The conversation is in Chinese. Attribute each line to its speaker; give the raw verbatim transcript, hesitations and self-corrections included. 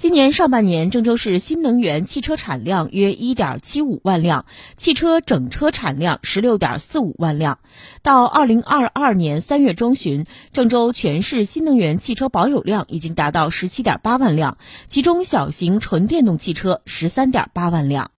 Speaker 1: 今年上半年，郑州市新能源汽车产量约 一点七五万辆，汽车整车产量 十六点四五万辆。到二零二二年三月中旬，郑州全市新能源汽车保有量已经达到 十七点八万辆，其中小型纯电动汽车 十三点八万辆。